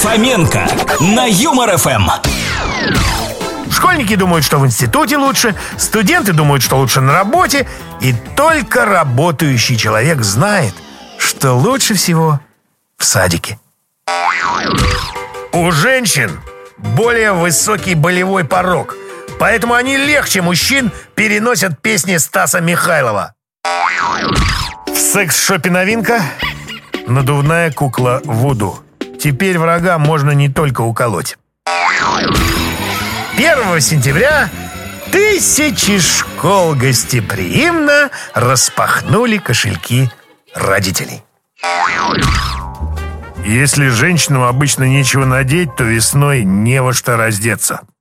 Фоменко на Юмор ФМ. Школьники думают, что в институте лучше, студенты думают, что лучше на работе, и только работающий человек знает, что лучше всего в садике. У женщин более высокий болевой порог, поэтому они легче мужчин переносят песни Стаса Михайлова. В секс-шопе новинка — надувная кукла Вуду. Теперь врага можно не только уколоть. 1 сентября тысячи школ гостеприимно распахнули кошельки родителей. Если женщинам обычно нечего надеть, то весной не во что раздеться.